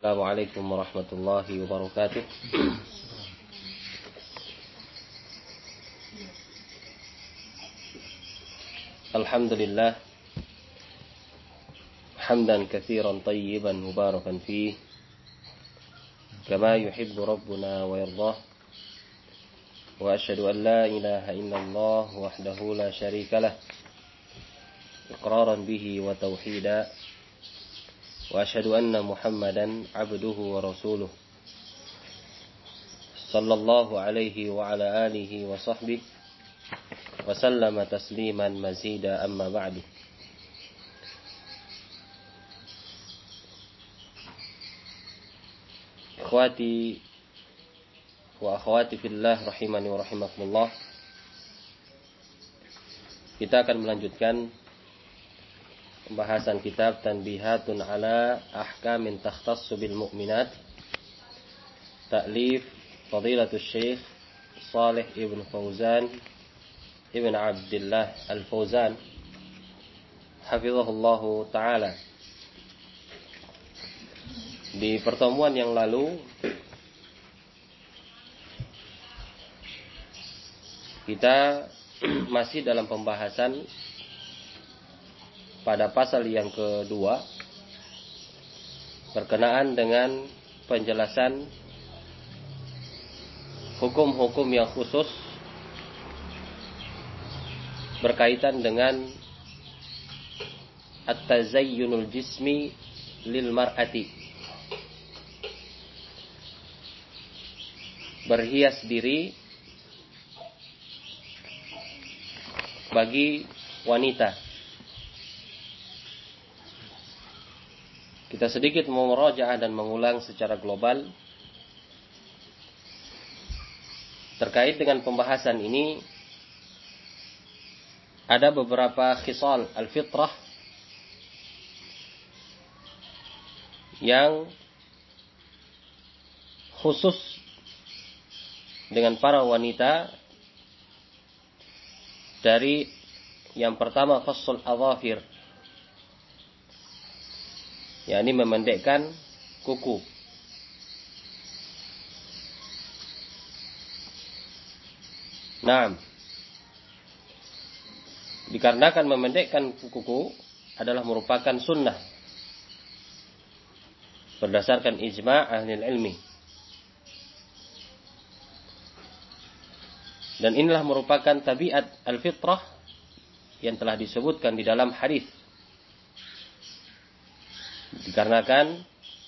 Assalamualaikum warahmatullahi wabarakatuh. Alhamdulillah hamdan katsiran tayyiban mubarakan fih kama yuhibbu rabbuna wa yardah. Wa asyhadu an la ilaha illallah wahdahu la syarika lah iqraran bihi wa tauhida. Wa asyhadu anna Muhammadan abduhu wa rasuluh sallallahu alaihi wa ala alihi wa sahbihi wa sallama tasliman mazida, amma ba'du. Ikhwati wa akhwati fillah rahimani wa rahimakumullah. Kita akan melanjutkan pembahasan kitab Tanbihatun ala Ahkamin Takhtassu bil Mu'minat, ta'lif Fadilatul Syekh Shalih Ibn Fauzan Ibn Abdullah Al-Fauzan hafizahullahu ta'ala. Di pertemuan yang lalu kita masih dalam pembahasan pada pasal yang kedua berkenaan dengan penjelasan hukum-hukum yang khusus berkaitan dengan at-tazayyunul jismi lil mar'ati, berhias diri bagi wanita. Kita sedikit memurajaah dan mengulang secara global terkait dengan pembahasan ini. Ada beberapa khisal al-fitrah yang khusus dengan para wanita. Dari yang pertama fasl adhafir, yakni memendekkan kuku. Naam. Dikarenakan memendekkan kuku adalah merupakan sunnah berdasarkan ijma' ahli ilmi. Dan inilah merupakan tabiat al-fitrah yang telah disebutkan di dalam hadis. Dikarenakan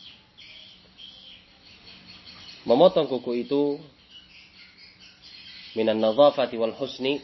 memotong kuku itu minan nadhafati wal husni,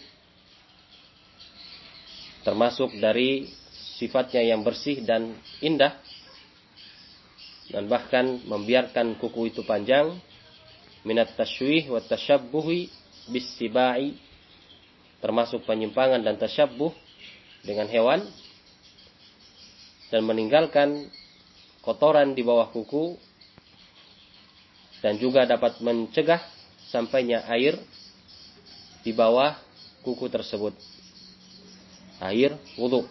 termasuk dari sifatnya yang bersih dan indah, dan bahkan membiarkan kuku itu panjang minat tashwih wa tashabbuhi bis sibai, termasuk penyimpangan dan tasyabbuh dengan hewan, dan meninggalkan kotoran di bawah kuku, dan juga dapat mencegah sampainya air di bawah kuku tersebut, air wudu.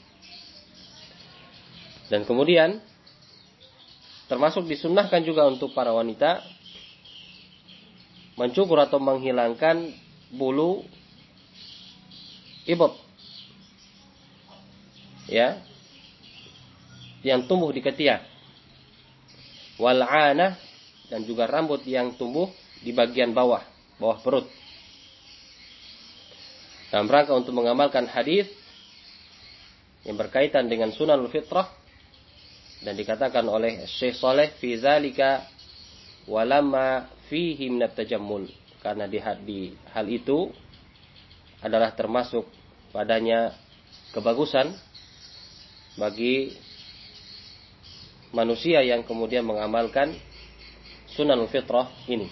Dan kemudian termasuk disunnahkan juga untuk para wanita mencukur atau menghilangkan bulu ibot, ya, yang tumbuh di ketiak, wal 'anah, dan juga rambut yang tumbuh di bagian bawah perut, dalam rangka untuk mengamalkan hadis yang berkaitan dengan sunanul fitrah. Dan dikatakan oleh Syekh Shalih fi zalika walamma fihi minat tajammul, karena di hal itu adalah termasuk padanya kebagusan bagi manusia yang kemudian mengamalkan sunanul fitrah ini.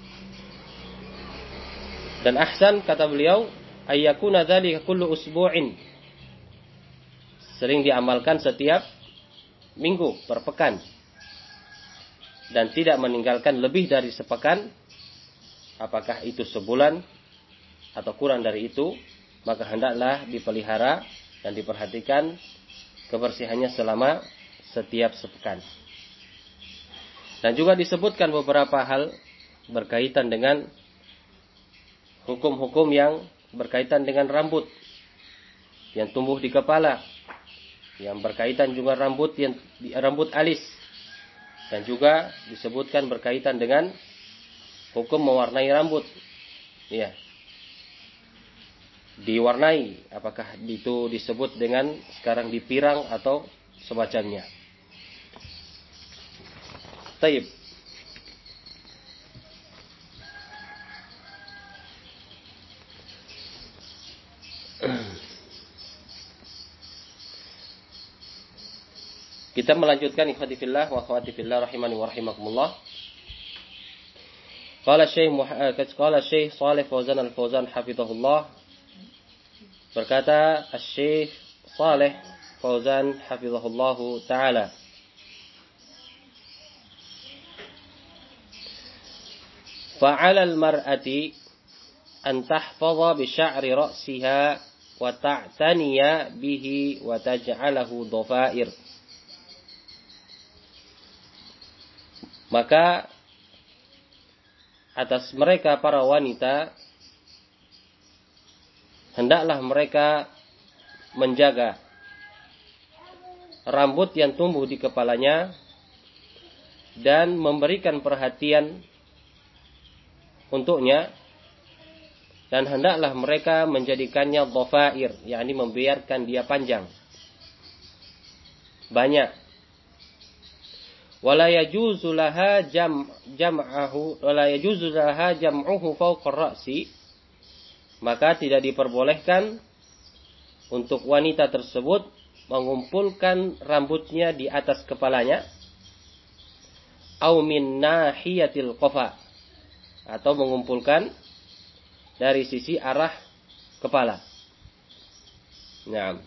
Dan ahsan, kata beliau, ayyakuna dzalika kullu usbu'in, sering diamalkan setiap minggu, per pekan, dan tidak meninggalkan lebih dari sepekan. Apakah itu sebulan atau kurang dari itu, maka hendaklah dipelihara dan diperhatikan kebersihannya selama setiap sepekan. Dan juga disebutkan beberapa hal berkaitan dengan hukum-hukum yang berkaitan dengan rambut yang tumbuh di kepala, yang berkaitan juga rambut alis, dan juga disebutkan berkaitan dengan hukum mewarnai rambut. Ya. Diwarnai, apakah itu disebut dengan sekarang dipirang atau semacamnya. Taib. Kita melanjutkan ikhwati fillah wa akhwati fillah rahimani wa rahimakumullah. Qala Syekh Shalih Fauzan Al-Fauzan hafizahullah, berkata Syekh Shalih Fauzan hafizahullahu taala, fa'ala al-mar'ati an tahfaza bi sya'ri ra'siha wa ta'taniya bihi wa taj'alahu dhafair. Maka atas mereka para wanita hendaklah mereka menjaga rambut yang tumbuh di kepalanya dan memberikan perhatian untuknya, dan hendaklah mereka menjadikannya dhafair, yakni membiarkan dia panjang, banyak. Wala yajuzu laha jam'uhu fawqa ra'si, maka tidak diperbolehkan untuk wanita tersebut mengumpulkan rambutnya di atas kepalanya, au min nahiyatil qafa, atau mengumpulkan dari sisi arah kepala. Naam.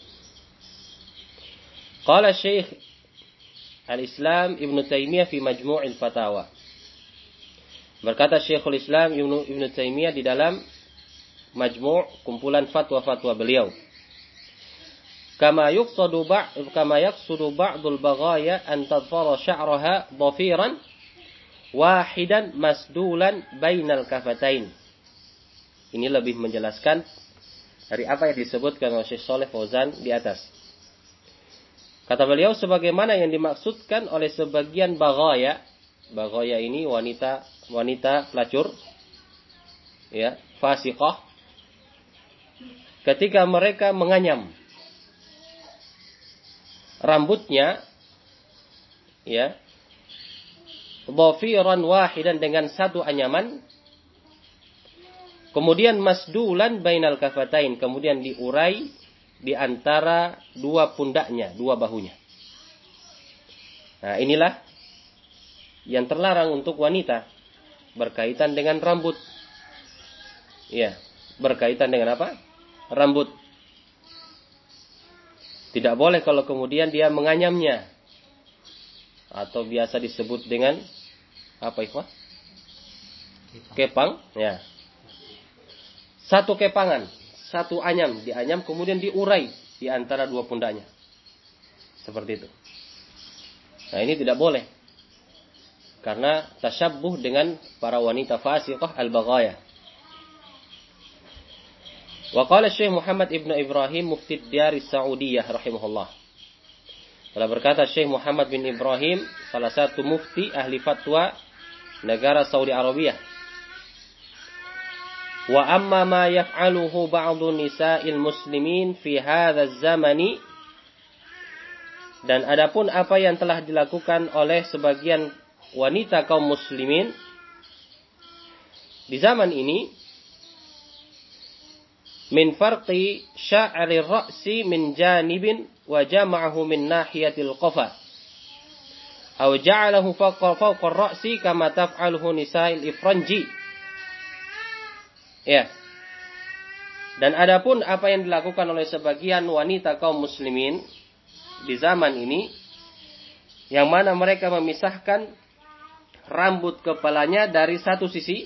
Qala Syekh Al-Islam Ibn Taimiyah fi Majmu'il Fatawa. Berkata Syekhul Islam Ibn Taimiyah di dalam Majmu' kumpulan fatwa-fatwa beliau. Kama yaqsudu ba'dul baghaya an tadfara sya'raha dhafiran wahidan masdulan bainal kafatain. Ini lebih menjelaskan dari apa yang disebutkan oleh Syekh Shalih Fauzan di atas. Kata beliau, sebagaimana yang dimaksudkan oleh sebagian baghaya. Baghaya ini wanita pelacur, ya, fasiqah. Ketika mereka menganyam rambutnya, ya, dhafiran wahidan, dengan satu anyaman, kemudian masdulan bainal kafatain, kemudian diurai di antara dua pundaknya, dua bahunya. Nah, inilah yang terlarang untuk wanita berkaitan dengan rambut. Ya, berkaitan dengan apa? Rambut. Tidak boleh kalau kemudian dia menganyamnya, atau biasa disebut dengan apa ikhwah? Kepang, ya. Satu kepangan, satu anyam, dianyam kemudian diurai di antara dua pundaknya. Seperti itu. Nah, ini tidak boleh. Karena tasyabbuh dengan para wanita fasiqah al-baghaya. Wa qala Syekh Muhammad ibn Ibrahim mufti Diyar Saudiyah rahimahullah. Telah berkata Syekh Muhammad bin Ibrahim, salah satu mufti ahli fatwa negara Saudi Arabia. Wa amma ma yaf'aluhu ba'dhu nisa'il muslimin fi hadzal zamani, dan adapun apa yang telah dilakukan oleh sebagian wanita kaum muslimin di zaman ini, min farqi sya'ri ra'si min janibin wa jama'ahu min nahiyatil qafa aw ja'alahu fawqa ar-ra'si kama taf'aluhu nisa'il ifranji. Ya. Dan adapun apa yang dilakukan oleh sebagian wanita kaum muslimin di zaman ini, yang mana mereka memisahkan rambut kepalanya dari satu sisi,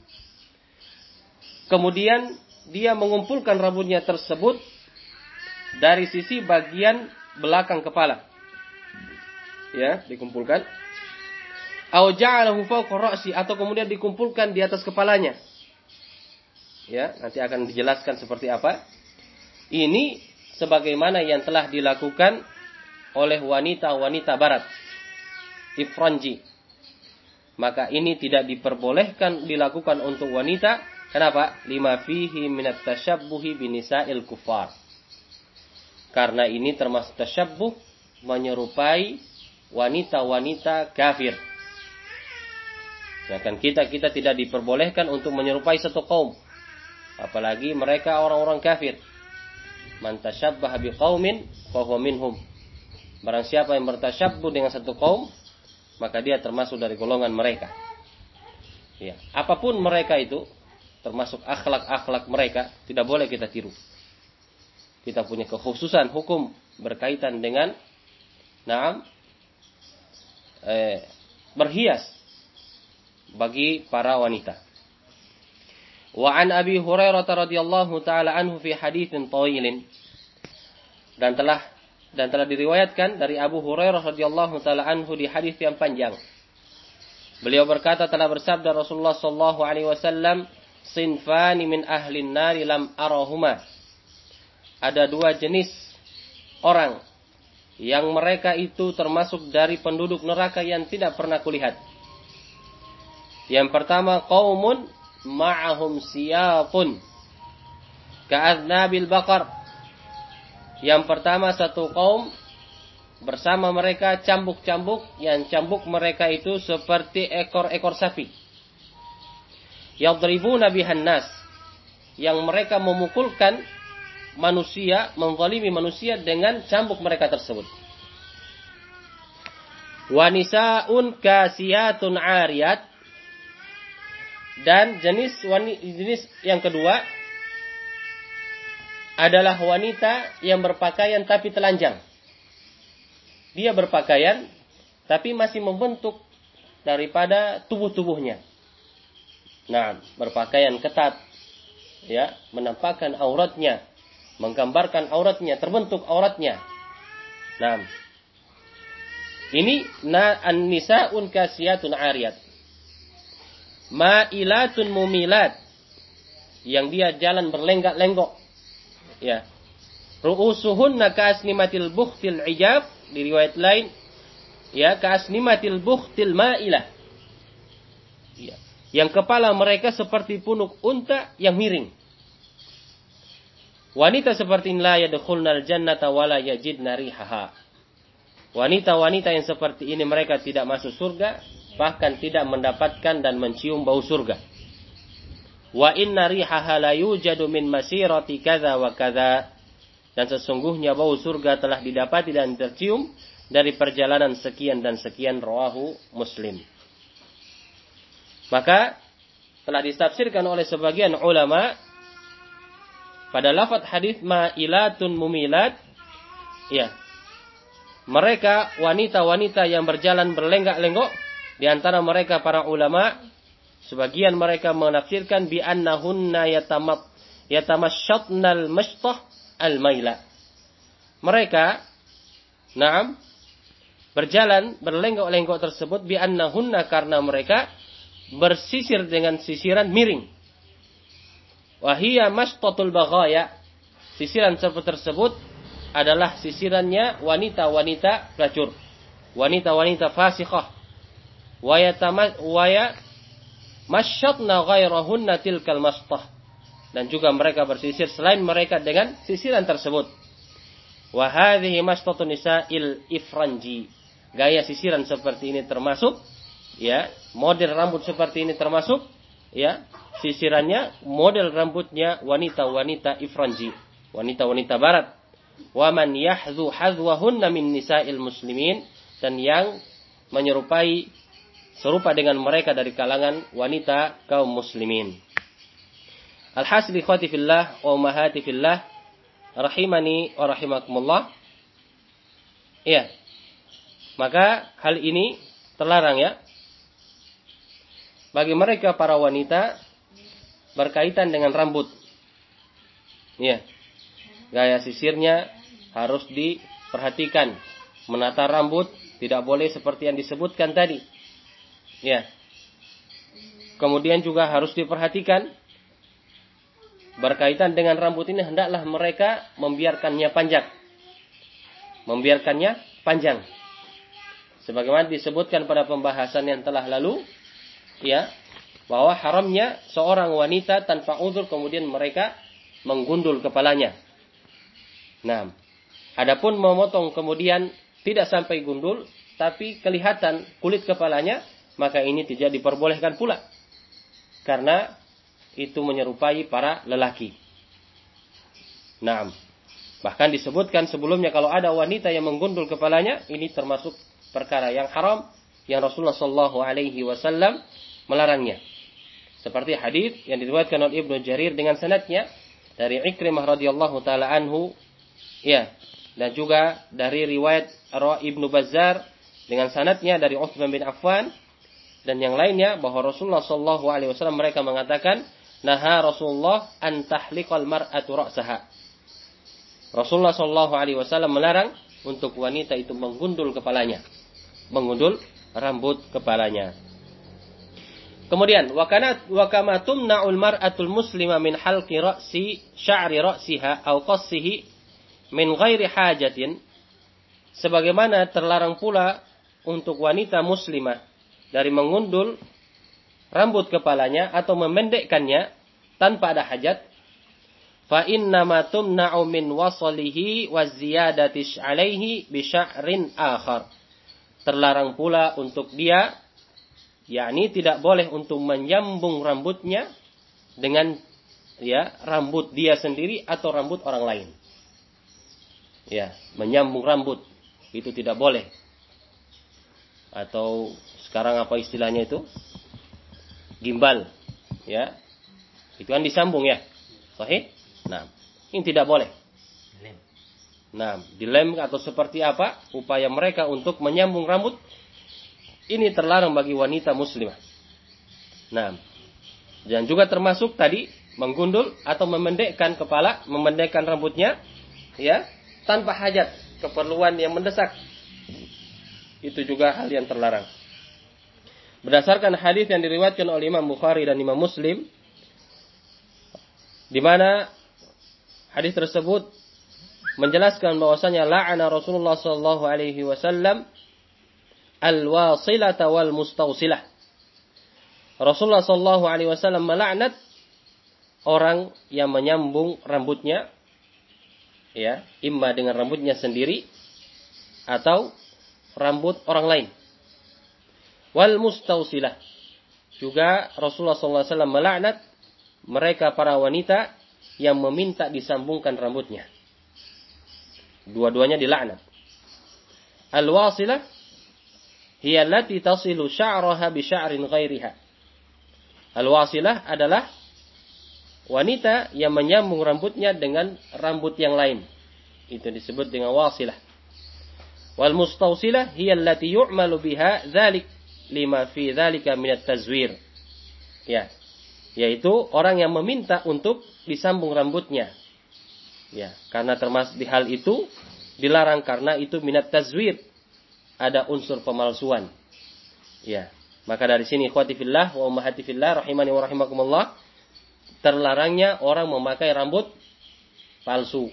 kemudian dia mengumpulkan rambutnya tersebut dari sisi bagian belakang kepala. Ya, dikumpulkan. Au ja'alahu fawqa ra'si, atau kemudian dikumpulkan di atas kepalanya. Ya, nanti akan dijelaskan seperti apa. Ini sebagaimana yang telah dilakukan oleh wanita-wanita barat, Ifranji. Maka ini tidak diperbolehkan dilakukan untuk wanita. Kenapa? Lima fihi minat tasyabbuhi binisa'il kufar. Karena ini termasuk tasyabbuh, menyerupai wanita-wanita kafir. Sedangkan kita tidak diperbolehkan untuk menyerupai satu kaum, apalagi mereka orang-orang kafir. Man tasyabbaha biqaumin fahuwa minhum. Barang siapa yang bertasyabbuh dengan satu kaum, maka dia termasuk dari golongan mereka. Ya, apapun mereka itu, termasuk akhlak-akhlak mereka, tidak boleh kita tiru. Kita punya kekhususan hukum berkaitan dengan berhias bagi para wanita. Wa an Abi Hurairah radhiyallahu taala anhu fi haditsin tawilin, dan telah diriwayatkan dari Abu Hurairah radhiyallahu taala anhu di hadis yang panjang. Beliau berkata, telah bersabda Rasulullah sallallahu alaihi wasallam, sinfani min ahlin nari lam arahuma. Ada dua jenis orang yang mereka itu termasuk dari penduduk neraka yang tidak pernah kulihat. Yang pertama, qaumun ma'ahum siyafun ka'adnabil baqar. Yang pertama, satu kaum bersama mereka cambuk-cambuk, yang cambuk mereka itu seperti ekor-ekor sapi. Yadribuna bihan nas, yang mereka memukulkan manusia, menzalimi manusia dengan cambuk mereka tersebut. Wa nisaun kasiyatun 'ariyat, dan jenis yang kedua adalah wanita yang berpakaian tapi telanjang. Dia berpakaian tapi masih membentuk daripada tubuh-tubuhnya. Nah, berpakaian ketat, ya, menampakkan auratnya, menggambarkan auratnya, terbentuk auratnya. Nah, ini an-nisaun kasiyatun 'ariyat. Ma'ilatun mumilat, yang dia jalan berlenggak-lenggok. Ya. Ru'usuhunna ka'asnimatil bukhtil ijab, di riwayat lain, ya, ka'asnimatil bukhtil ma'ilah. Ya. Yang kepala mereka seperti punuk unta yang miring. Wanita seperti ini la yadkhulnal jannata wala yajidna rihaha. Wanita-wanita yang seperti ini mereka tidak masuk surga, bahkan tidak mendapatkan dan mencium bau surga. Wa inna rihaha la yujadu min masirati kadza wa kadza, dan sesungguhnya bau surga telah didapati dan tercium dari perjalanan sekian dan sekian, rawahu Muslim. Maka telah ditafsirkan oleh sebagian ulama pada lafaz hadis ma'ilatun mumilat, ya, mereka wanita-wanita yang berjalan berlenggak-lenggok. Di antara mereka para ulama, sebagian mereka menafsirkan bi annahunna yatamashatnal mashtah al-maila. Mereka berjalan berlenggok-lenggok tersebut bi annahunna, karena mereka bersisir dengan sisiran miring. Wa hiya mashtatul baghaya. Sisiran tersebut adalah sisirannya wanita-wanita pelacur, wanita-wanita fasiqah. Waya masyatna ghairahunna tilkal mashtah, dan juga mereka bersisir selain mereka dengan sisiran tersebut. Wa hadhihi mashtatun nisa'il ifranji. Gaya sisiran seperti ini termasuk, ya, model rambut seperti ini termasuk, ya, sisirannya, model rambutnya wanita-wanita ifranji, wanita-wanita barat. Wa man yahdhu hadwahunna min nisa'il muslimin, dan yang menyerupai serupa dengan mereka dari kalangan wanita kaum muslimin. Alhasil ikhwati fillah wa ummahati fillah, rahimani wa rahimakumullah. Ya. Maka hal ini terlarang, ya, bagi mereka para wanita berkaitan dengan rambut. Ya. Gaya sisirnya harus diperhatikan. Menata rambut tidak boleh seperti yang disebutkan tadi. Ya. Kemudian juga harus diperhatikan berkaitan dengan rambut ini, hendaklah mereka membiarkannya panjang. Membiarkannya panjang. Sebagaimana disebutkan pada pembahasan yang telah lalu, ya, bahwa haramnya seorang wanita tanpa uzur kemudian mereka menggundul kepalanya. Nah, adapun memotong kemudian tidak sampai gundul, tapi kelihatan kulit kepalanya, maka ini tidak diperbolehkan pula. Karena itu menyerupai para lelaki. Nah, bahkan disebutkan sebelumnya kalau ada wanita yang menggundul kepalanya, ini termasuk perkara yang haram yang Rasulullah SAW melarangnya. Seperti hadis yang diriwayatkan oleh Ibnu Jarir dengan sanadnya dari Ikrimah radhiyallahu taala anhu, ya, dan juga dari riwayat Ibnu Bazzar dengan sanadnya dari Utsman bin Affan dan yang lainnya, bahwa Rasulullah SAW mereka mengatakan, naha Rasulullah an tahliqal mar'atu ra'saha. Rasulullah SAW melarang untuk wanita itu menggundul kepalanya, menggundul rambut kepalanya. Kemudian wa kama tumna'ul mar'atul muslima min halqi ra'si sya'ri ra'siha aw qassihi min ghairi hajatin, sebagaimana terlarang pula untuk wanita muslimah dari mengundul rambut kepalanya atau memendekkannya tanpa ada hajat. Fa inna ma tumna'u min wasalihi wa ziyadati 'alaihi bi sya'rin akhar. Terlarang pula untuk dia, yakni tidak boleh untuk menyambung rambutnya dengan ya rambut dia sendiri atau rambut orang lain. Ya, menyambung rambut itu tidak boleh. Atau sekarang apa istilahnya itu? Gimbal, ya. Itu kan disambung ya. Sahih? Nah, ini tidak boleh. Nah, dilem atau seperti apa upaya mereka untuk menyambung rambut, ini terlarang bagi wanita muslimah. Nah, dan juga termasuk tadi menggundul atau memendekkan kepala, memendekkan rambutnya, ya, tanpa hajat, keperluan yang mendesak. Itu juga hal yang terlarang. Berdasarkan hadis yang diriwayatkan oleh Imam Bukhari dan Imam Muslim, di mana hadis tersebut menjelaskan bahwasanya la'ana Rasulullah sallallahu alaihi wasallam al-wasilata wal mustausilah. Rasulullah sallallahu alaihi wasallam melaknat orang yang menyambung rambutnya, ya, imma dengan rambutnya sendiri atau rambut orang lain. Wal mustausilah. Juga Rasulullah SAW melaknat mereka para wanita yang meminta disambungkan rambutnya. Dua-duanya dilaknat. Al-wasilah hiya allati tasilu sya'raha bi sya'rin ghairiha. Al-wasilah adalah wanita yang menyambung rambutnya dengan rambut yang lain. Itu disebut dengan wasilah. Wal mustausilah hiya allati yu'malu biha dzalik lima fi dzalika min at-tazwir. Ya. Yaitu orang yang meminta untuk disambung rambutnya. Ya, karena termasuk di hal itu dilarang karena itu minat tazwir. Ada unsur pemalsuan. Ya. Maka dari sini ikhwati fillah wa ummahati fillah rahimani wa rahimakumullah, terlarangnya orang memakai rambut palsu.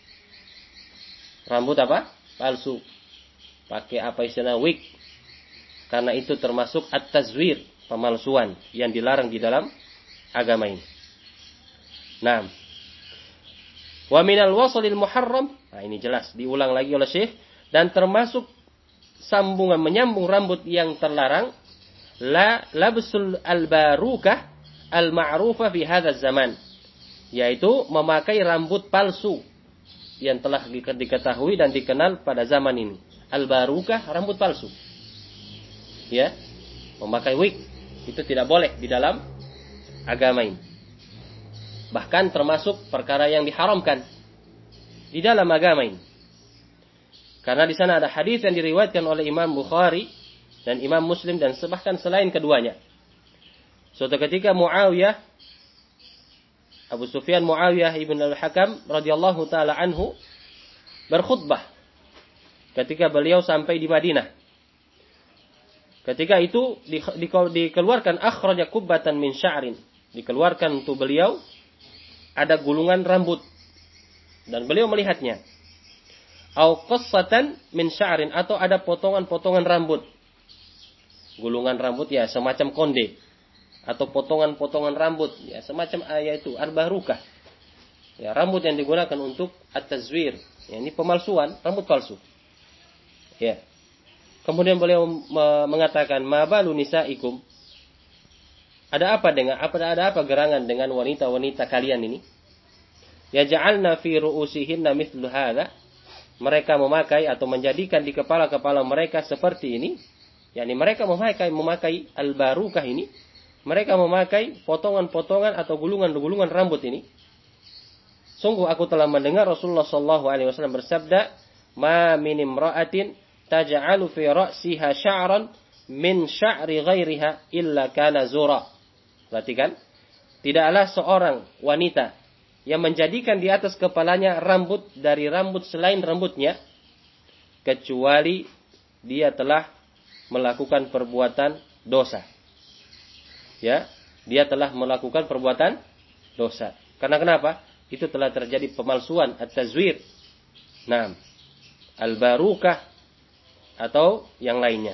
Rambut apa? Palsu. Pakai apa istilah wig. Karena itu termasuk at-tazwir, pemalsuan yang dilarang di dalam agama ini. Nah, wa minal wasalil muharram. Nah, ini jelas diulang lagi oleh Syekh, dan termasuk sambungan menyambung rambut yang terlarang la labsul al-barukah al-ma'rufah fi hadzal zaman, yaitu memakai rambut palsu yang telah diketahui dan dikenal pada zaman ini. Al-barukah, rambut palsu. Ya, memakai wig itu tidak boleh di dalam agama ini. Bahkan termasuk perkara yang diharamkan di dalam agama ini. Karena di sana ada hadis yang diriwayatkan oleh Imam Bukhari dan Imam Muslim dan bahkan selain keduanya. Suatu ketika Muawiyah, Abu Sufyan Muawiyah ibn al-Hakam radhiyallahu taala anhu berkhutbah ketika beliau sampai di Madinah. Ketika itu dikeluarkan akhraja kubbatan min sya'rin. Dikeluarkan untuk beliau ada gulungan rambut dan beliau melihatnya. Au qassatan min sya'rin, atau ada potongan-potongan rambut. Gulungan rambut ya semacam konde atau potongan-potongan rambut ya semacam yaitu arbarukah. Ya, rambut yang digunakan untuk at-tazwir. Ya, ini pemalsuan, rambut palsu. Ya. Kemudian beliau mengatakan, "Ma balu nisaikum?" Ada apa gerangan dengan wanita-wanita kalian ini? Ya ja'alna fi ru'usihinna mithlu hadza. Mereka memakai atau menjadikan di kepala-kepala mereka seperti ini. Yani mereka memakai al-barukah ini. Mereka memakai potongan-potongan atau gulungan-gulungan rambut ini. Sungguh aku telah mendengar Rasulullah sallallahu alaihi wasallam bersabda, "Ma min imra'atin taj'alu fi ra'siha sya'ran min sya'ri ghairiha illa kana zura." Perhatikan, tidaklah seorang wanita yang menjadikan di atas kepalanya rambut dari rambut selain rambutnya kecuali dia telah melakukan perbuatan dosa. Ya, dia telah melakukan perbuatan dosa. Karena kenapa? Itu telah terjadi pemalsuan at-tazwir. Nah, al-barukah atau yang lainnya.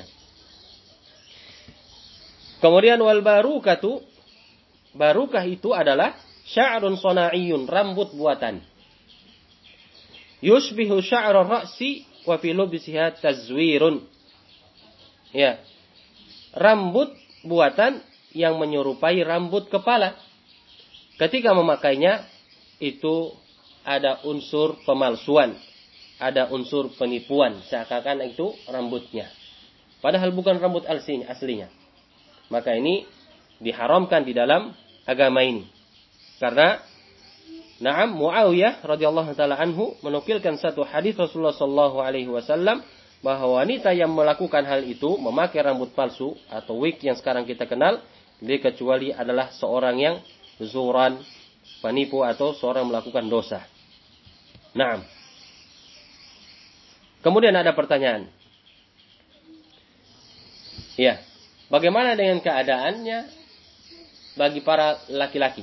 Kemudian wal barukatu, barukah itu adalah sya'run sana'iyun, rambut buatan. Yushbihu sya'ra ra'si wa fi lubsiha tazwirun. Ya. Rambut buatan yang menyerupai rambut kepala. Ketika memakainya itu ada unsur pemalsuan, ada unsur penipuan, seakan-akan itu rambutnya. Padahal bukan rambut aslinya. Maka ini diharamkan di dalam agama ini. Karena Muawiyah radhiyallahu taala anhu menukilkan satu hadis Rasulullah sallallahu alaihi wasallam bahwa wanita yang melakukan hal itu memakai rambut palsu atau wig yang sekarang kita kenal, dia kecuali adalah seorang yang zuran, penipu atau seorang melakukan dosa. Naam. Kemudian ada pertanyaan. Ya, bagaimana dengan keadaannya bagi para laki-laki?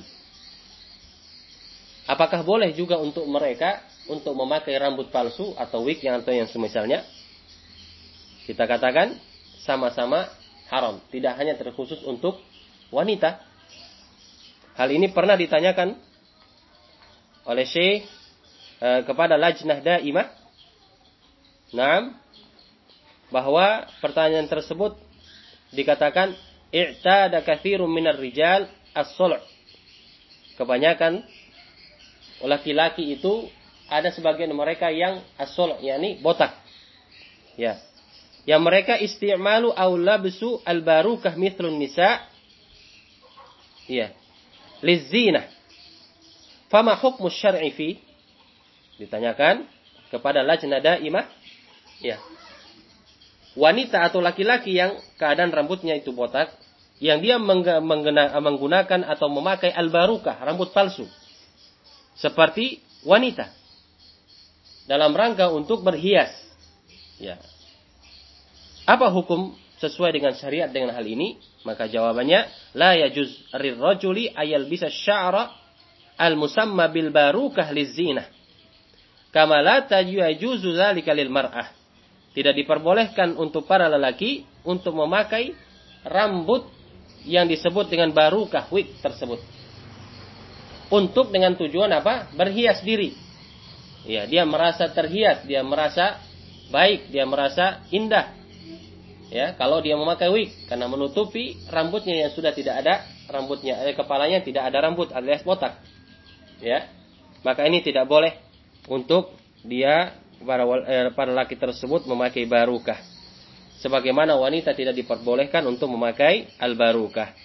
Apakah boleh juga untuk mereka untuk memakai rambut palsu atau wig yang semisalnya? Kita katakan sama-sama haram, tidak hanya terkhusus untuk wanita. Hal ini pernah ditanyakan oleh Syekh kepada Lajnah Daimah. Naam, bahwa pertanyaan tersebut dikatakan i'tada katsirun minar rijal as-sul'. Kebanyakan laki-laki itu ada sebagian mereka yang as-sul', yakni botak. Ya. Yang mereka isti'malu aw labsu al-barukah mithlun nisa'. Ya. Lizinah. Fama hukmu syar'i fi? Ditanyakan kepada Lajnah Daimah. Ya. Wanita atau laki-laki yang keadaan rambutnya itu botak, yang dia menggunakan atau memakai al-barukah, rambut palsu, seperti wanita, dalam rangka untuk berhias. Ya. Apa hukum sesuai dengan syariat dengan hal ini? Maka jawabannya, la yajuz lir-rajuli ayal bisa sya'ra al-musamma bil barukah lizinah. Kama la yajuzu dzalika lil mar'ah. Tidak diperbolehkan untuk para lelaki untuk memakai rambut yang disebut dengan barukah, wig tersebut. Untuk dengan tujuan apa? Berhias diri. Ya, dia merasa terhias, dia merasa baik, dia merasa indah. Ya, kalau dia memakai wig karena menutupi rambutnya yang sudah tidak ada rambutnya, kepalanya tidak ada rambut alias botak. Ya. Maka ini tidak boleh untuk dia para laki tersebut memakai barukah. Sebagaimana wanita tidak diperbolehkan untuk memakai al-barukah.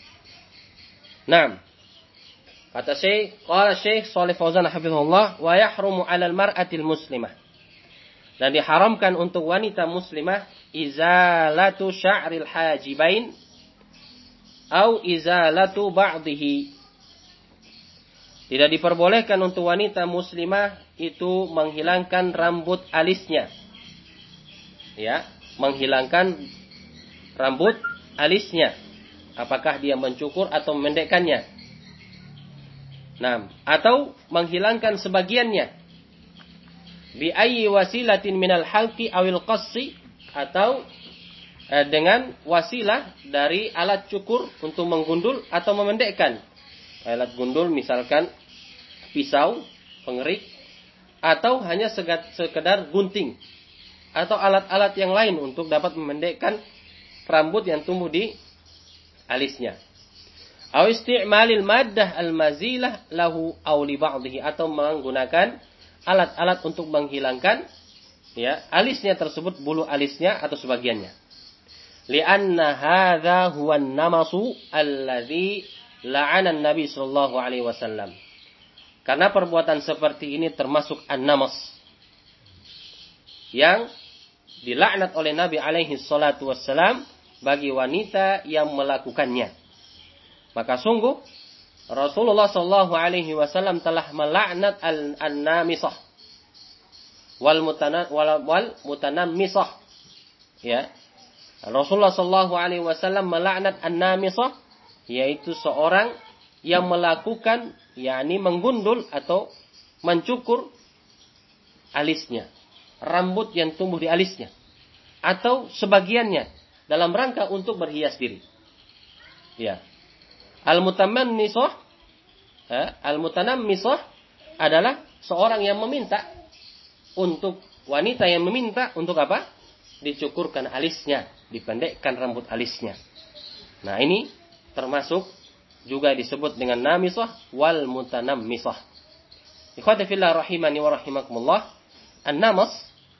Naam. Kata Syekh Shalih Fauzan hafizahullah, wa yahrumu 'alal mar'atil muslimah. Dan diharamkan untuk wanita muslimah izalatu sya'ril hajibain au izalatu ba'dihi. Tidak diperbolehkan untuk wanita muslimah itu menghilangkan rambut alisnya. Ya, menghilangkan rambut alisnya. Apakah dia mencukur atau memendekkannya? Nah, atau menghilangkan sebagiannya. Bi ayyi wasilatin minal halqi awil qassi, atau dengan wasilah dari alat cukur untuk menggundul atau memendekkan. Alat gundul misalkan pisau, pengerik, atau hanya sekedar gunting atau alat-alat yang lain untuk dapat memendekkan rambut yang tumbuh di alisnya. Aw isti'malil maddah al-mazilah lahu aw li ba'dhihi, atau menggunakan alat-alat untuk menghilangkan alisnya tersebut, bulu alisnya atau sebagiannya. Li'anna hadza huwa an-namasu alladzi la'ana an-nabi sallallahu alaihi wasallam. Karena perbuatan seperti ini termasuk an-namas yang dilaknat oleh Nabi alaihi salatu wassalam bagi wanita yang melakukannya. Maka sungguh Rasulullah sallallahu alaihi wasallam telah melaknat an-namisah wal mutanammisah. Ya. Rasulullah sallallahu alaihi wasallam melaknat an-namisah, yaitu seorang yang melakukan menggundul atau mencukur alisnya, rambut yang tumbuh di alisnya atau sebagiannya dalam rangka untuk berhias diri. Ya. Al-mutanammisah adalah seorang yang meminta, untuk wanita yang meminta untuk apa? Dicukurkan alisnya, dipendekkan rambut alisnya. Nah, ini termasuk juga disebut dengan namisah wal mutanammisah. Ikhwati fillah rahimani wa rahimakumullah. An-namas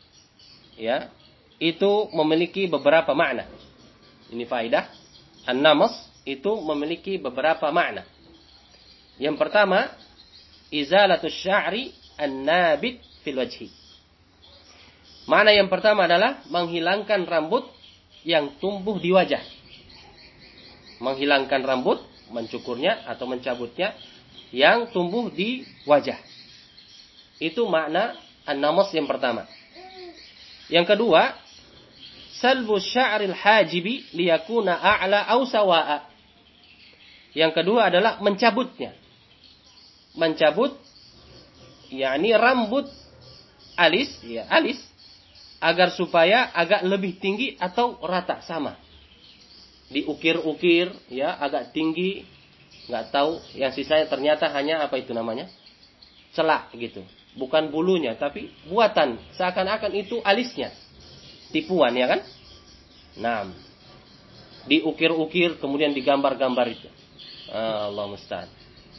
itu memiliki beberapa makna. Ini faedah. An-namas itu memiliki beberapa makna. Yang pertama, izalatus sya'ri an-nabit fil wajhi. Makna yang pertama adalah menghilangkan rambut yang tumbuh di wajah. Menghilangkan rambut, mencukurnya atau mencabutnya yang tumbuh di wajah. Itu makna an-namas yang pertama. Yang kedua, salbu sya'ril hajibi liyakuna a'la aw sawa'a. Yang kedua adalah mencabutnya. Mencabut rambut alis, agar supaya agak lebih tinggi atau rata sama. Diukir-ukir agak tinggi, enggak tahu, yang sisanya ternyata hanya apa itu namanya? Celak gitu. Bukan bulunya tapi buatan, seakan-akan itu alisnya. Tipuan ya kan? Nah, diukir-ukir kemudian digambar-gambar itu. Allah musta'an.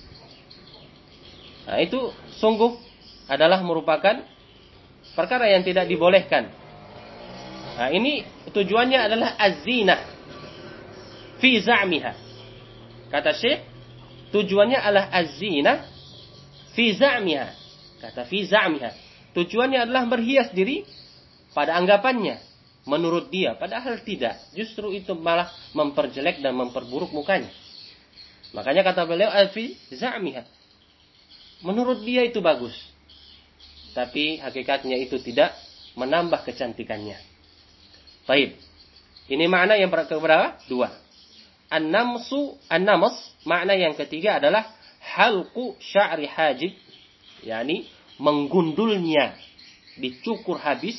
Nah, itu sungguh adalah merupakan perkara yang tidak dibolehkan. Nah, ini tujuannya adalah az-zinah fi za'miha. Kata Syekh, tujuannya adalah az-zinah fi za'miha. Kata fi za'miha. Tujuannya adalah berhias diri pada anggapannya, menurut dia, padahal tidak. Justru itu malah memperjelek dan memperburuk mukanya. Makanya kata beliau fi za'miha. Menurut dia itu bagus. Tapi hakikatnya itu tidak menambah kecantikannya. Baik. Ini makna yang berapa? Dua. An-namas, makna yang ketiga adalah halqu sya'ri hajib, menggundulnya, dicukur habis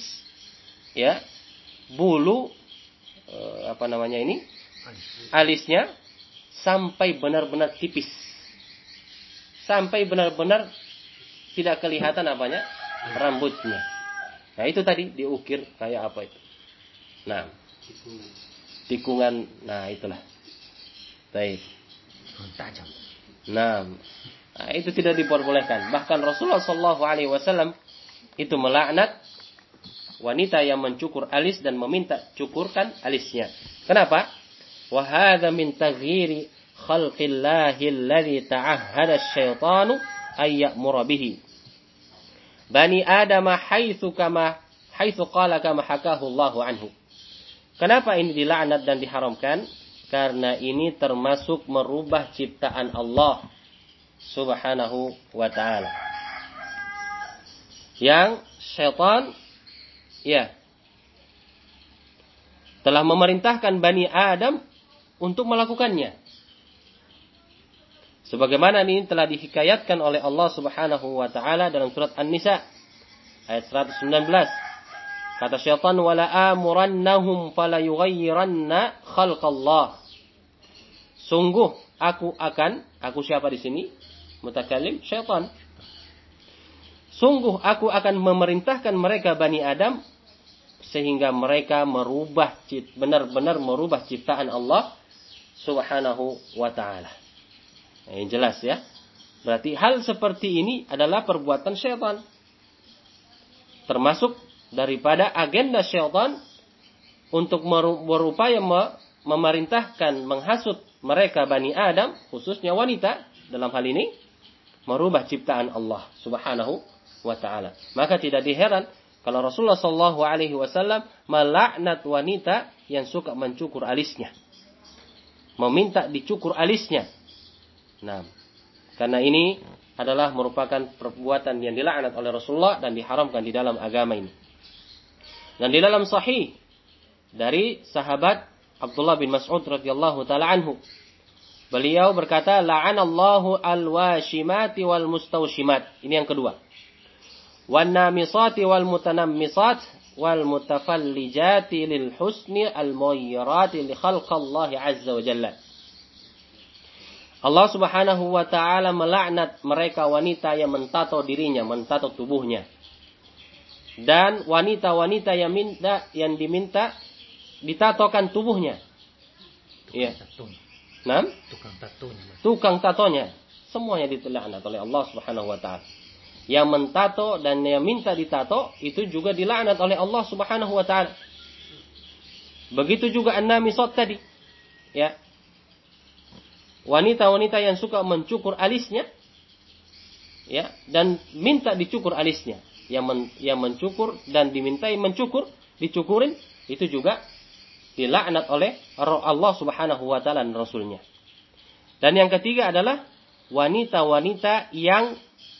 bulu alisnya sampai benar-benar tipis. Sampai benar-benar tidak kelihatan rambutnya. Nah, itu tadi diukir kayak apa itu? Nah, tikungan. Nah, itulah. Baik. Tajam. Nah, itu tidak diperbolehkan. Bahkan Rasulullah sallallahu alaihi wasallam itu melaknat wanita yang mencukur alis dan meminta cukurkan alisnya. Kenapa? Wa hadza min taghyiri khalqillahi alladhi ta'ahhada asy-syaitanu ay ya'mura bihi Bani Adam haitsu qala kama hakahu Allahu anhu. Kenapa ini dilaknat dan diharamkan? Karena ini termasuk merubah ciptaan Allah Subhanahu wa ta'ala. Yang syaitan telah memerintahkan Bani Adam untuk melakukannya. Sebagaimana ini telah dihikayatkan oleh Allah Subhanahu wa taala dalam surat An-Nisa ayat 119. Kata syaitan, wala amurannahum fala yughayyiranna khalqallah. Sungguh aku siapa di sini? Mutakallim syaitan. Sungguh aku akan memerintahkan mereka Bani Adam sehingga mereka benar-benar merubah ciptaan Allah Subhanahu wa taala. Yang jelas ya. Berarti hal seperti ini adalah perbuatan syaitan. Termasuk daripada agenda syaitan untuk berupaya memerintahkan, menghasut mereka Bani Adam, khususnya wanita dalam hal ini, merubah ciptaan Allah Subhanahu wa taala. Maka tidak diheran kalau Rasulullah sallallahu alaihi wasallam melaknat wanita yang suka mencukur alisnya. Meminta dicukur alisnya. Nah, karena ini adalah merupakan perbuatan yang dilaknat oleh Rasulullah dan diharamkan di dalam agama ini. Dan di dalam sahih dari sahabat Abdullah bin Mas'ud radhiyallahu taala anhu, beliau berkata, la'anallahu al-washimati wal mustawshimat. Ini yang kedua. Wan namisati wal mutanammisat wal mutafallijati lil husni al mughayirati li khalqallahi azza wa jalla. Allah Subhanahu wa taala melaknat mereka wanita yang mentato dirinya, mentato tubuhnya. Dan wanita-wanita yang diminta ditatokan tubuhnya. Iya. Nah, tukang tatonya. Semuanya dilaknat oleh Allah Subhanahu wa taala. Yang mentato dan yang minta ditato itu juga dilaknat oleh Allah Subhanahu wa taala. Begitu juga an-namisat tadi. Ya. Wanita-wanita yang suka mencukur alisnya, ya, dan minta dicukur alisnya. Yang mencukur dan dimintai dicukurin, itu juga dilaknat oleh Allah Subhanahu wa taala dan Rasulnya. Dan yang ketiga adalah wanita-wanita yang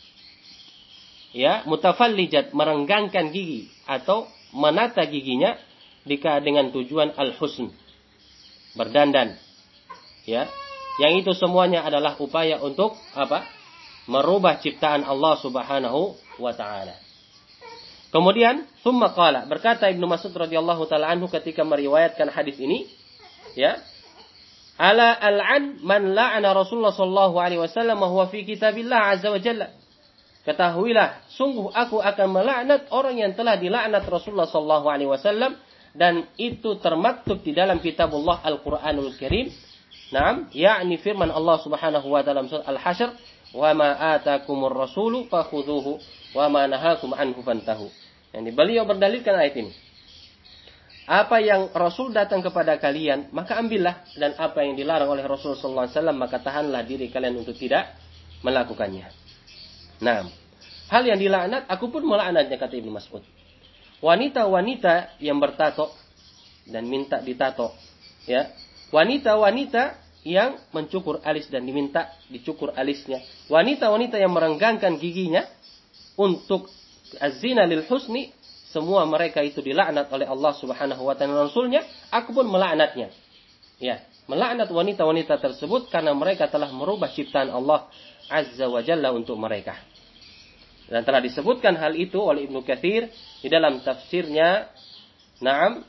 mutafallijat, merenggangkan gigi atau menata giginya dengan tujuan al-husn, berdandan. Ya. Yang itu semuanya adalah upaya untuk apa? Merubah ciptaan Allah Subhanahu wa taala. Kemudian, thumma qala, berkata Ibnu Mas'ud radhiyallahu taala anhu ketika meriwayatkan hadis ini, ya. Ala al'an man la'ana Rasulullah sallallahu alaihi wasallam wa huwa fi kitabillah azza wa jalla. Ketahuilah, sungguh aku akan melaknat orang yang telah dilaknat Rasulullah sallallahu alaihi wasallam dan itu termaktub di dalam kitabullah Al-Qur'anul Karim. Naam, yakni firman Allah Subhanahu wa taala surat Al-Hasyr, "Wa ma atakumur rasulu fakhudhuhu wa ma nahakum anhu fantahu." Yani beliau berdalilkan ayat ini. Apa yang Rasul datang kepada kalian, maka ambillah, dan apa yang dilarang oleh Rasul sallallahu alaihi wasallam, maka tahanlah diri kalian untuk tidak melakukannya. Nah, hal yang dilaknat, aku pun melaknatnya, kata Ibnu Mas'ud. Wanita-wanita yang bertato dan minta ditato, ya. Wanita-wanita yang mencukur alis dan diminta dicukur alisnya. Wanita-wanita yang merenggangkan giginya untuk az-zina lil husni, semua mereka itu dilaknat oleh Allah Subhanahu wa taala dan Rasulnya. Aku pun melaknatnya. Ya, melaknat wanita-wanita tersebut karena mereka telah merubah ciptaan Allah Azza wa Jalla untuk mereka. Dan telah disebutkan hal itu oleh Ibnu Katsir di dalam tafsirnya. Naam.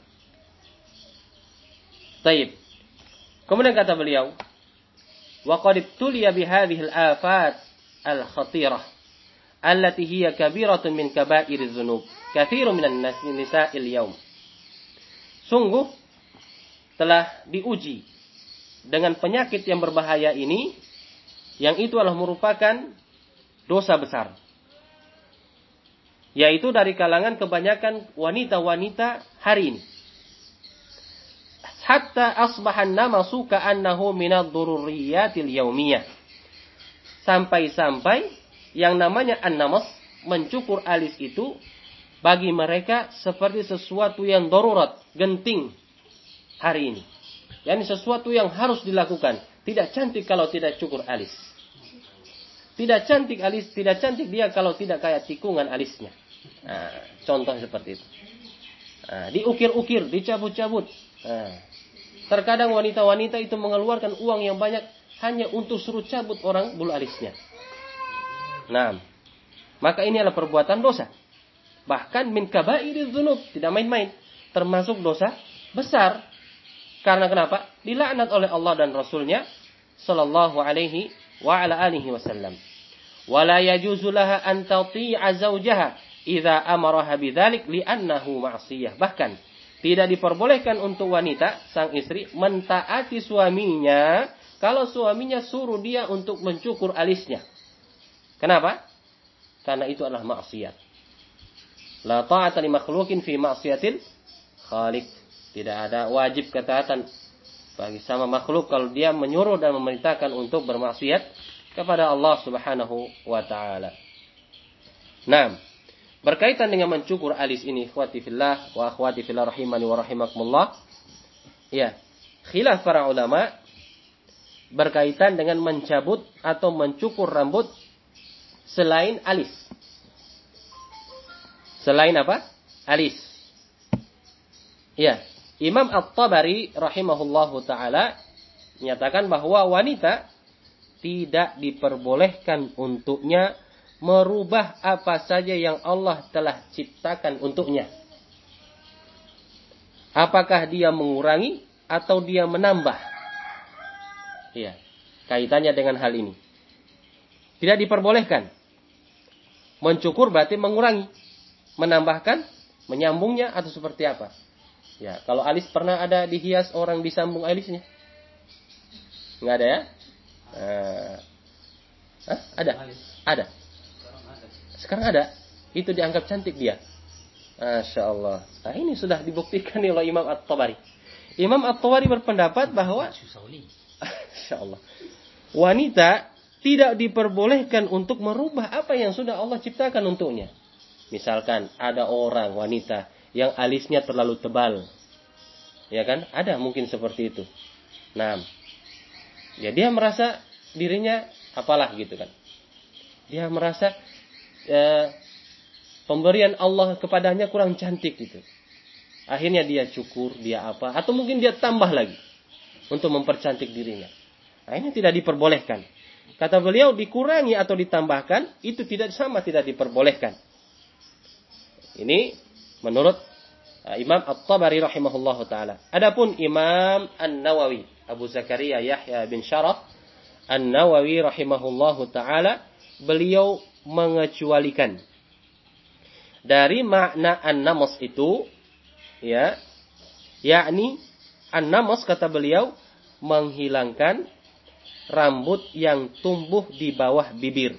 Taib. Kemudian kata beliau, wa qad ibtuliya bi hadhihi al-afat al-khatirah allati hiya kabiratun min kaba'iriz dzunub katsirun minan nisa'il yaum. Sungguh telah diuji dengan penyakit yang berbahaya ini, yang itu adalah merupakan dosa besar, yaitu dari kalangan kebanyakan wanita-wanita hari ini. Hatta asbahan namasu ka'annahu minad dururiyatil yaumiyah. Sampai-sampai yang namanya an-namas, mencukur alis itu, bagi mereka seperti sesuatu yang darurat, genting hari ini. Yani sesuatu yang harus dilakukan. Tidak cantik kalau tidak cukur alis. Tidak cantik dia kalau tidak kayak tikungan alisnya. Nah, contoh seperti itu. Diukir-ukir, dicabut-cabut. Nah, terkadang wanita-wanita itu mengeluarkan uang yang banyak hanya untuk suruh cabut orang bulu alisnya. Nah, maka ini adalah perbuatan dosa. Bahkan min kabairiz dzunub, tidak main-main, termasuk dosa besar. Karena kenapa? Dilaknat oleh Allah dan Rasulnya sallallahu alaihi wa ala alihi wasallam. Wala yajuzu laha an tati'a zawjaha idza amaraha bidzalik li'annahu ma'siyah. Bahkan tidak diperbolehkan untuk wanita, sang istri, mentaati suaminya kalau suaminya suruh dia untuk mencukur alisnya. Kenapa? Karena itu adalah maksiat. La ta'ata li makhluqin fi ma'siyatil khaliq. Tidak ada wajib ketaatan bagi sama makhluk kalau dia menyuruh dan memerintahkan untuk bermaksiat kepada Allah Subhanahu wa taala. Nah, berkaitan dengan mencukur alis ini, ikhwati fillah wa akhwati fillah rahimani wa rahimakumullah. Ya, khilaf para ulama berkaitan dengan mencabut atau mencukur rambut selain alis. Selain apa? Alis. Ya, Imam At-Tabari rahimahullahu taala menyatakan bahwa wanita tidak diperbolehkan untuknya merubah apa saja yang Allah telah ciptakan untuknya. Apakah dia mengurangi atau dia menambah? Ya, kaitannya dengan hal ini. Tidak diperbolehkan. Mencukur berarti mengurangi, menambahkan, menyambungnya atau seperti apa? Ya, kalau alis pernah ada dihias orang disambung alisnya? Enggak ada ya? Ada? Ada. Sekarang ada. Itu dianggap cantik dia. Masya Allah. Nah, ini sudah dibuktikan oleh Imam At-Tabari. Imam At-Tabari berpendapat bahwa Masya Allah, wanita tidak diperbolehkan untuk merubah apa yang sudah Allah ciptakan untuknya. Misalkan ada orang wanita yang alisnya terlalu tebal. Ya kan? Ada mungkin seperti itu. Nah, ya dia merasa dirinya apalah gitu kan. Dia merasa pemberian Allah kepadanya kurang cantik gitu. Akhirnya dia cukur, dia apa, atau mungkin dia tambah lagi untuk mempercantik dirinya. Nah, ini tidak diperbolehkan. Kata beliau, dikurangi atau ditambahkan itu tidak sama, tidak diperbolehkan. Ini menurut Imam At-Tabari rahimahullahu taala. Adapun Imam An-Nawawi, Abu Zakaria Yahya bin Syaraf An-Nawawi rahimahullahu taala, beliau mengecualikan dari makna an-namas itu, ya, yakni an-namas kata beliau menghilangkan rambut yang tumbuh di bawah bibir.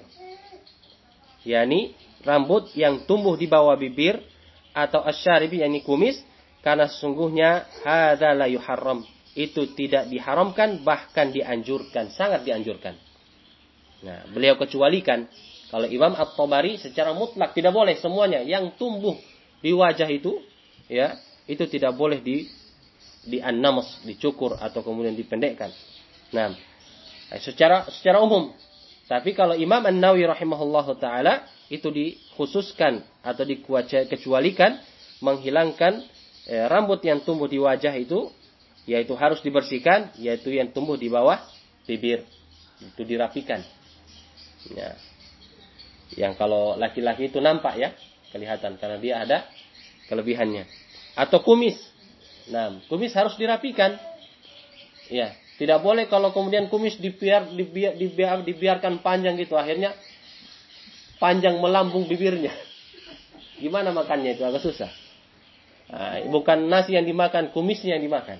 Yakni rambut yang tumbuh di bawah bibir atau asyaribi, yakni kumis, karena sesungguhnya hadza la yuharram, itu tidak diharamkan, bahkan dianjurkan, sangat dianjurkan. Nah, beliau kecualikan. Kalau Imam At-Tabari secara mutlak tidak boleh semuanya yang tumbuh di wajah itu, ya, itu tidak boleh di an-namas, dicukur atau kemudian dipendekkan. Nah, secara umum. Tapi kalau Imam An-Nawawi rahimahullahu taala itu dikhususkan atau dikecualikan, menghilangkan rambut yang tumbuh di wajah itu, yaitu harus dibersihkan, yaitu yang tumbuh di bawah bibir, itu dirapikan. Ya. Yang kalau laki-laki itu nampak ya, kelihatan karena dia ada kelebihannya. Atau kumis. Nah, kumis harus dirapikan. Ya, tidak boleh kalau kemudian kumis dibiarkan panjang gitu, akhirnya panjang melambung bibirnya. Gimana makannya itu, agak susah. Nah, bukan nasi yang dimakan, kumisnya yang dimakan.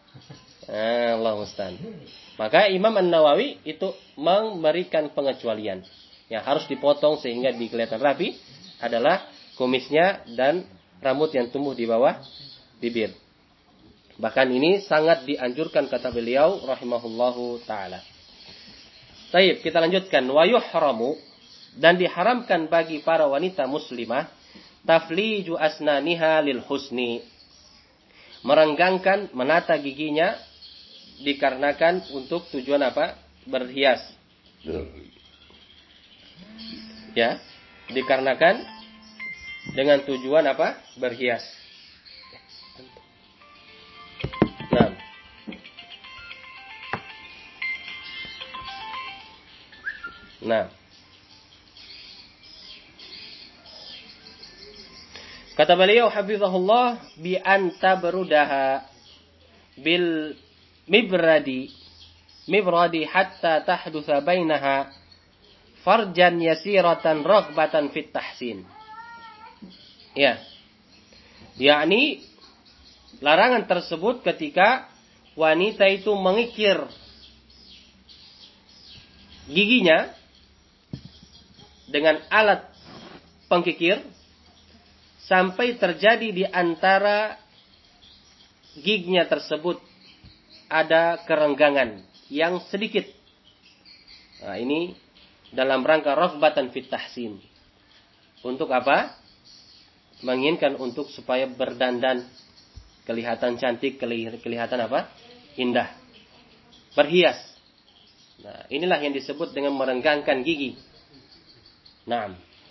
Allah musta'an. Maka Imam An-Nawawi itu memberikan pengecualian. Yang harus dipotong sehingga kelihatan rapi adalah kumisnya dan rambut yang tumbuh di bawah bibir. Bahkan ini sangat dianjurkan kata beliau rahimahullahu taala. Baik, kita lanjutkan. Wa yuhramu, dan diharamkan bagi para wanita muslimah tafliju asnaniha lil husni, merenggangkan, menata giginya dikarenakan untuk tujuan apa? Berhias. Ya, dikarenakan dengan tujuan apa? Berhias. Nah, kata beliau hafizahullah bi anta berudaha bil mibradi hatta tahdutsa bainaha farjan yasiratan raghbatan fit tahsin. Ya. Yakni larangan tersebut ketika wanita itu mengikir giginya dengan alat pengkikir sampai terjadi di antara giginya tersebut ada kerenggangan yang sedikit. Nah, ini dalam rangka raghbatan fit tahsin. Untuk apa? Menginginkan untuk supaya berdandan, kelihatan cantik, kelihatan apa? Indah. Berhias. Nah, inilah yang disebut dengan merenggangkan gigi. Nah,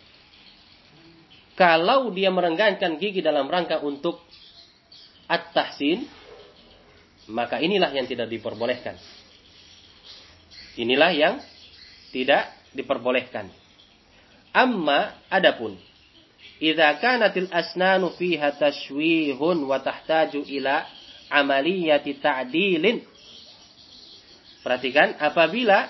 kalau dia merenggangkan gigi dalam rangka untuk at-tahsin, maka inilah yang tidak diperbolehkan. Inilah yang tidak diperbolehkan. Amma adapun idza kanatil asnanu fiha tashwihun wa tahtaju ila amaliyati ta'dilin. Perhatikan, apabila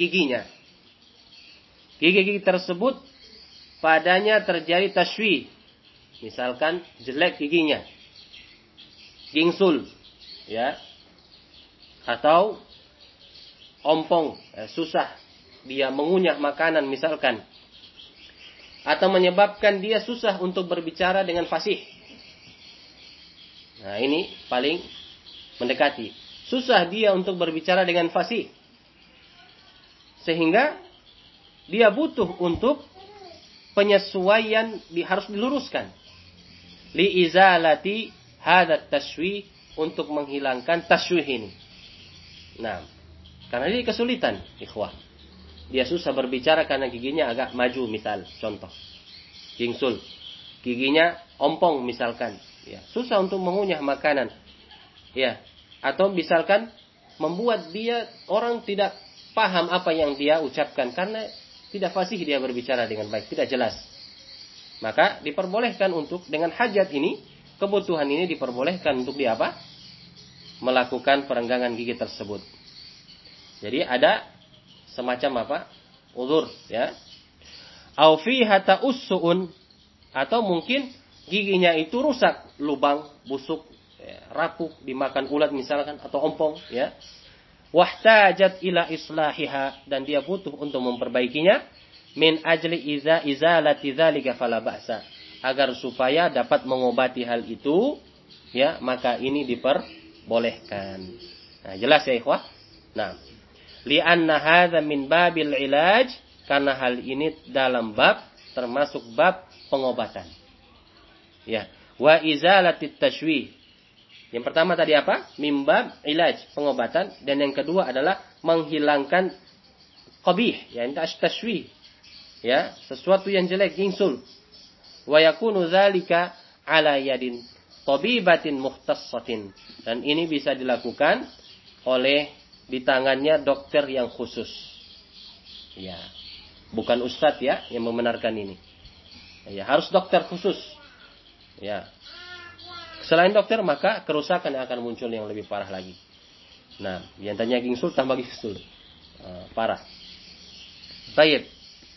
gigi tersebut padanya terjadi tashwih, misalkan jelek giginya, gingsul, ya, atau ompong, susah dia mengunyah makanan misalkan, atau menyebabkan dia susah untuk berbicara dengan fasih. Nah, ini paling mendekati. Susah dia untuk berbicara dengan fasih, sehingga dia butuh untuk penyesuaian, harus diluruskan. Li izalati hadat tashwih, untuk menghilangkan tashwih ini. Nah, karena ini kesulitan, ikhwah. Dia susah berbicara karena giginya agak maju, misal, contoh. Gingsul. Giginya ompong misalkan. Ya, susah untuk mengunyah makanan. Ya, atau misalkan membuat dia orang tidak paham apa yang dia ucapkan karena tidak fasih dia berbicara dengan baik, tidak jelas. Maka diperbolehkan untuk dengan hajat ini, kebutuhan ini diperbolehkan untuk dia apa? Melakukan perenggangan gigi tersebut. Jadi ada semacam apa? Uzur, ya. Au fiha ta'ussuun, atau mungkin giginya itu rusak, lubang, busuk, ya, rapuh, dimakan ulat misalkan, atau ompong, ya. Wahtajat ila islahiha, dan dia butuh untuk memperbaikinya, min ajli izalati dzalika fala ba'sa, agar supaya dapat mengobati hal itu, ya, maka ini diperbolehkan. Nah, jelas ya ikhwah? Nah, li'anna hadza min babil ilaj, karena hal ini dalam bab, termasuk bab pengobatan. Ya, wa izalatit tashwih. Yang pertama tadi apa? Mimbab ilaj, pengobatan, dan yang kedua adalah menghilangkan qabih, yani tashwih. Ya, sesuatu yang jelek, gingsul. Wa yakunu dzalika ala yadin tabibatin mukhtassatin. Dan ini bisa dilakukan oleh di tangannya dokter yang khusus. Ya. Bukan ustadz, ya, yang membenarkan ini. Ya, harus dokter khusus. Ya. Selain dokter, maka kerusakan yang akan muncul yang lebih parah lagi. Nah, yang tanya gingsul tambah gingsul. Parah. Baik.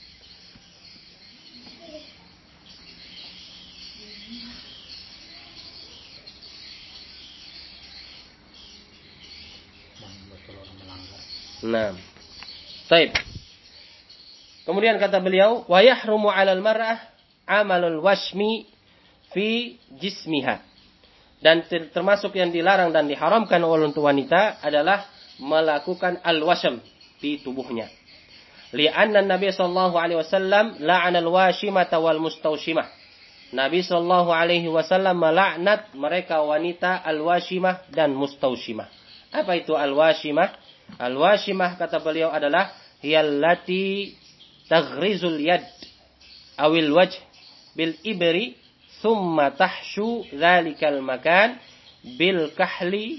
Nah. Baik. Kemudian kata beliau, wa yahrumu 'alal mar'ah 'amalul washmi fi jismiha. Dan termasuk yang dilarang dan diharamkan oleh untuk wanita adalah melakukan al-washm di tubuhnya. Li'anna Nabi sallallahu alaihi wasallam la'ana al-washimata wal mustawshimah. Nabi sallallahu alaihi wasallam melaknat mereka wanita al-washimah dan mustawshimah. Apa itu al-washimah? Al-washimah kata beliau adalah hiyallati taghrizul yad awil wajh bil ibri thumma tahshu dzalikal makan bil kahli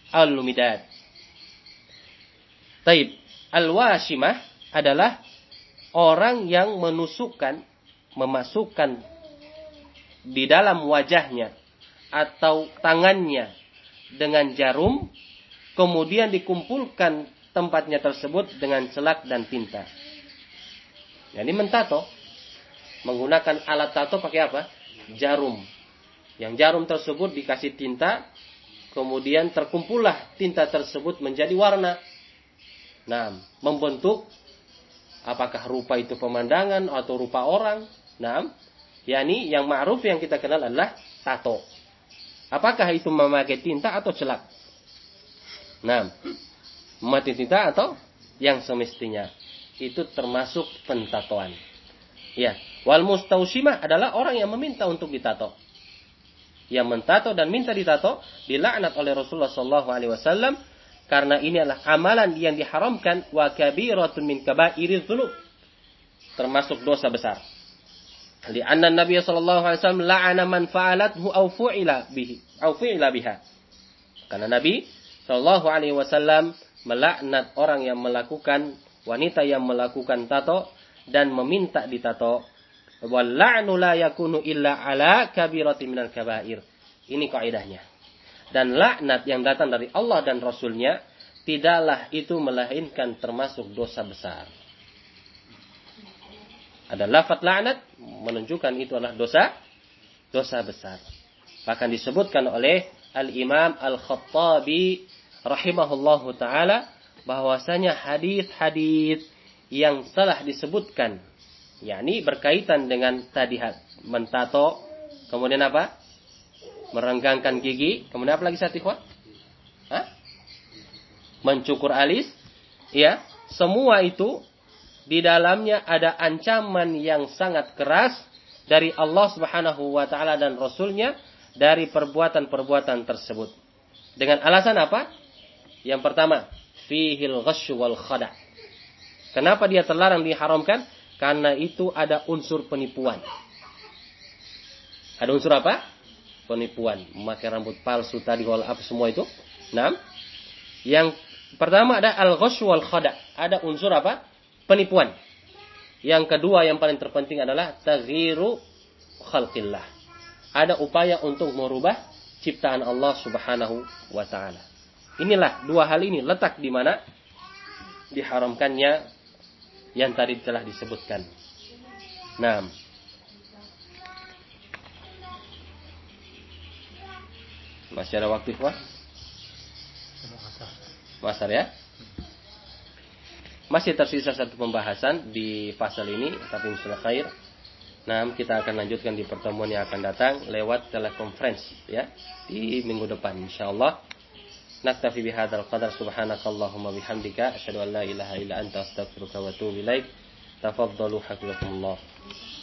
al-lumidad. Taib. Al-washimah adalah orang yang memasukkan di dalam wajahnya atau tangannya dengan jarum, kemudian dikumpulkan tempatnya tersebut dengan celak dan tinta. Jadi mentato, menggunakan alat tato pakai apa? Jarum. Yang jarum tersebut dikasih tinta, kemudian terkumpullah tinta tersebut menjadi warna. Nah, membentuk apakah rupa itu pemandangan atau rupa orang. Nah, yakni yang ma'ruf yang kita kenal adalah tato. Apakah itu memakai tinta atau celak? Nah, memakai tinta atau yang semestinya. Itu termasuk pentatoan. Ya, wal mustausimah adalah orang yang meminta untuk ditato. Yang mentato dan minta ditato dilaknat oleh Rasulullah SAW karena ini adalah amalan yang diharamkan wa kabiratun min kabairiz dzunub, termasuk dosa besar. Li'anna Nabi SAW la'ana man fa'alathu aw fu'ila biha. Karena Nabi SAW melaknat orang yang melakukan, wanita yang melakukan tato dan meminta ditato. Wal la'nu la yakunu illa ala kabiratin minal kabair. Ini kaidahnya. Dan laknat yang datang dari Allah dan Rasulnya tidaklah itu melainkan termasuk dosa besar. Ada lafaz laknat menunjukkan itu adalah dosa besar. Bahkan disebutkan oleh Al-Imam Al-Khattabi rahimahullahu taala bahwasanya hadis-hadis yang telah disebutkan, yakni berkaitan dengan tadi mentato, kemudian apa? Merenggangkan gigi, kemudian apa lagi Satihwa? Mencukur alis, ya, semua itu di dalamnya ada ancaman yang sangat keras dari Allah Subhanahu wa taala dan Rasulnya dari perbuatan-perbuatan tersebut. Dengan alasan apa? Yang pertama, fihil ghasy wal khada'. Kenapa dia terlarang, diharamkan? Karena itu ada unsur penipuan. Ada unsur apa? Penipuan. Memakai rambut palsu tadi, wal apa semua itu. Nah, yang pertama ada al-ghasy wal khada'. Ada unsur apa? Penipuan. Yang kedua yang paling terpenting adalah taghyiru khalqillah. Ada upaya untuk merubah ciptaan Allah Subhanahu wa taala. Inilah dua hal ini letak di mana diharamkannya yang tadi telah disebutkan. Nah, masih ada waktu, Pak? Masar ya? Masih tersisa satu pembahasan di pasal ini, tapi insyaallah khair. Nah, kita akan lanjutkan di pertemuan yang akan datang lewat telekonferensi ya di minggu depan insyaallah. Naktafi bihadzal qadar, subhanakallahumma bihamdika asyhadu an la ilaha illa anta astaghfiruka wa atubu ilaik. Tafaddalu hafizakumullah.